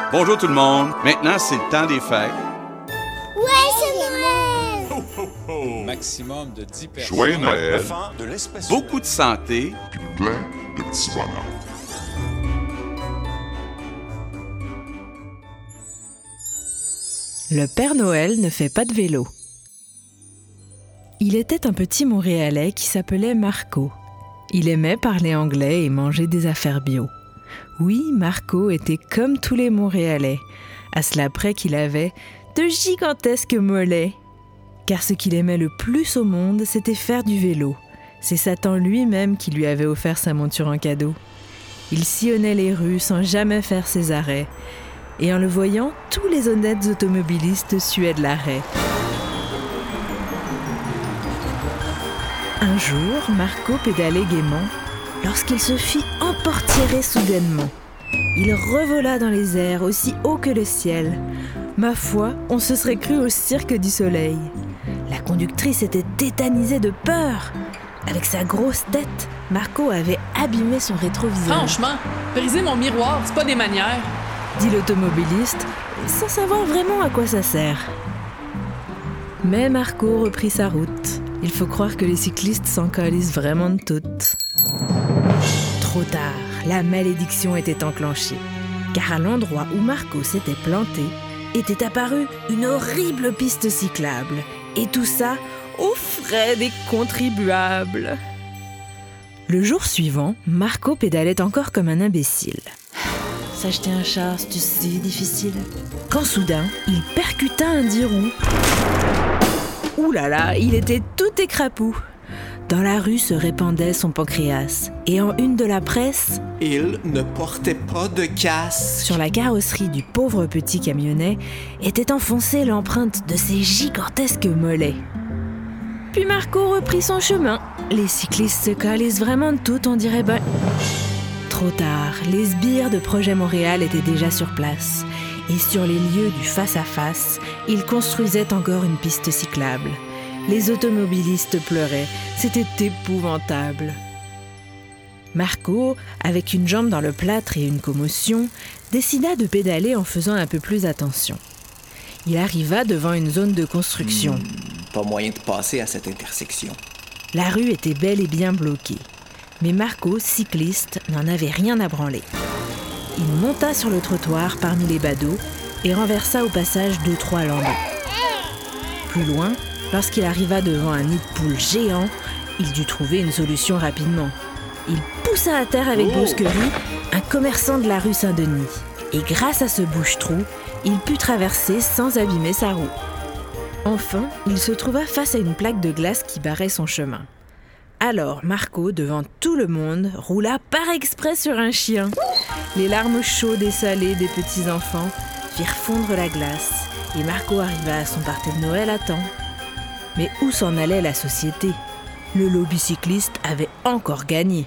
Bonjour tout le monde. Maintenant, c'est le temps des fêtes. Ouais, c'est Noël! Ho, ho, ho. Maximum de 10 personnes. Joyeux Noël. Enfants de l'espèce Beaucoup de santé. Puis plein de petits bonheurs. Le Père Noël ne fait pas de vélo. Il était un petit Montréalais qui s'appelait Marco. Il aimait parler anglais et manger des affaires bio. Oui, Marco était comme tous les Montréalais, à cela près qu'il avait de gigantesques mollets. Car ce qu'il aimait le plus au monde, c'était faire du vélo. C'est Satan lui-même qui lui avait offert sa monture en cadeau. Il sillonnait les rues sans jamais faire ses arrêts. Et en le voyant, tous les honnêtes automobilistes suaient de l'arrêt. Un jour, Marco pédalait gaiement lorsqu'il se fit emportirer soudainement. Il revola dans les airs aussi haut que le ciel. Ma foi, on se serait cru au cirque du soleil. La conductrice était tétanisée de peur. Avec sa grosse tête, Marco avait abîmé son rétroviseur. Franchement, briser mon miroir, c'est pas des manières. Dit l'automobiliste, sans savoir vraiment à quoi ça sert. Mais Marco reprit sa route. Il faut croire que les cyclistes s'en calissent vraiment de toutes. Trop tard, la malédiction était enclenchée. Car à l'endroit où Marco s'était planté, était apparue une horrible piste cyclable. Et tout ça aux frais des contribuables. Le jour suivant, Marco pédalait encore comme un imbécile. S'acheter un char, c'est si difficile. Quand soudain, il percuta un 10 roues. Ouh là là, il était tout écrapou. Dans la rue se répandait son pancréas. Et en une de la presse, il ne portait pas de casque. Sur la carrosserie du pauvre petit camionnet était enfoncée l'empreinte de ses gigantesques mollets. Puis Marco reprit son chemin. Les cyclistes se calissent vraiment de tout, on dirait ben... Trop tard, les sbires de Projet Montréal étaient déjà sur place. Et sur les lieux du face-à-face, ils construisaient encore une piste cyclable. Les automobilistes pleuraient, c'était épouvantable. Marco, avec une jambe dans le plâtre et une commotion, décida de pédaler en faisant un peu plus attention. Il arriva devant une zone de construction. Pas moyen de passer à cette intersection. La rue était bel et bien bloquée. Mais Marco, cycliste, n'en avait rien à branler. Il monta sur le trottoir parmi les badauds et renversa au passage 2-3 landaux. Plus loin, lorsqu'il arriva devant un nid de poule géant, il dut trouver une solution rapidement. Il poussa à terre avec brusquerie un commerçant de la rue Saint-Denis. Et grâce à ce bouche-trou, il put traverser sans abîmer sa roue. Enfin, il se trouva face à une plaque de glace qui barrait son chemin. Alors Marco, devant tout le monde, roula par exprès sur un chien. Les larmes chaudes et salées des petits-enfants firent fondre la glace et Marco arriva à son party de Noël à temps. Mais où s'en allait la société ? Le lobby cycliste avait encore gagné.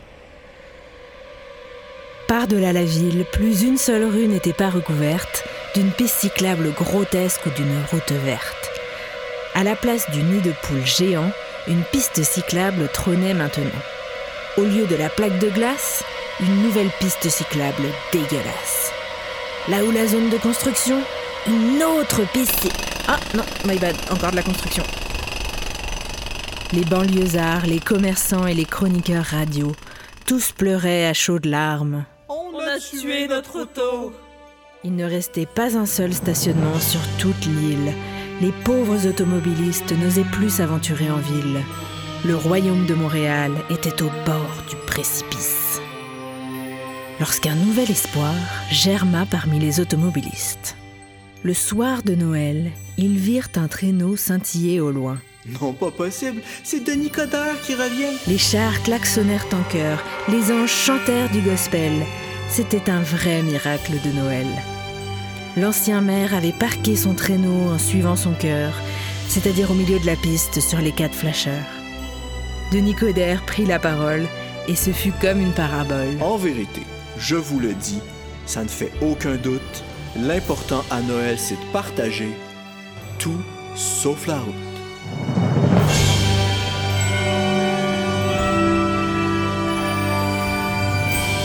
Par-delà la ville, plus une seule rue n'était pas recouverte d'une piste cyclable grotesque ou d'une route verte. À la place du nid de poule géant, une piste cyclable trônait maintenant. Au lieu de la plaque de glace, une nouvelle piste cyclable dégueulasse. Là où la zone de construction, une autre piste... Ah non, my bad, encore de la construction. Les banlieusards, les commerçants et les chroniqueurs radio, tous pleuraient à chaudes larmes. On a tué notre auto. Il ne restait pas un seul stationnement sur toute l'île. Les pauvres automobilistes n'osaient plus s'aventurer en ville. Le royaume de Montréal était au bord du précipice. Lorsqu'un nouvel espoir germa parmi les automobilistes. Le soir de Noël, ils virent un traîneau scintiller au loin. Non, pas possible, c'est Denis Coderre qui revient. Les chars klaxonnèrent en chœur, les anges chantèrent du gospel. C'était un vrai miracle de Noël. L'ancien maire avait parqué son traîneau en suivant son cœur, c'est-à-dire au milieu de la piste sur les 4 flasheurs. Denis Coderre prit la parole et ce fut comme une parabole. En vérité, je vous le dis, ça ne fait aucun doute, l'important à Noël, c'est de partager tout sauf la route.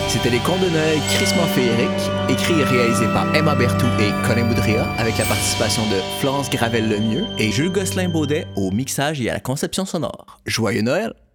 C'était les contes de Noël crissement féeriques, écrits et réalisés par Emma Berthoud et Colin Boudria, avec la participation de Florence Gravel-Lemieux et Jules Gosselin-Baudet au mixage et à la conception sonore. Joyeux Noël!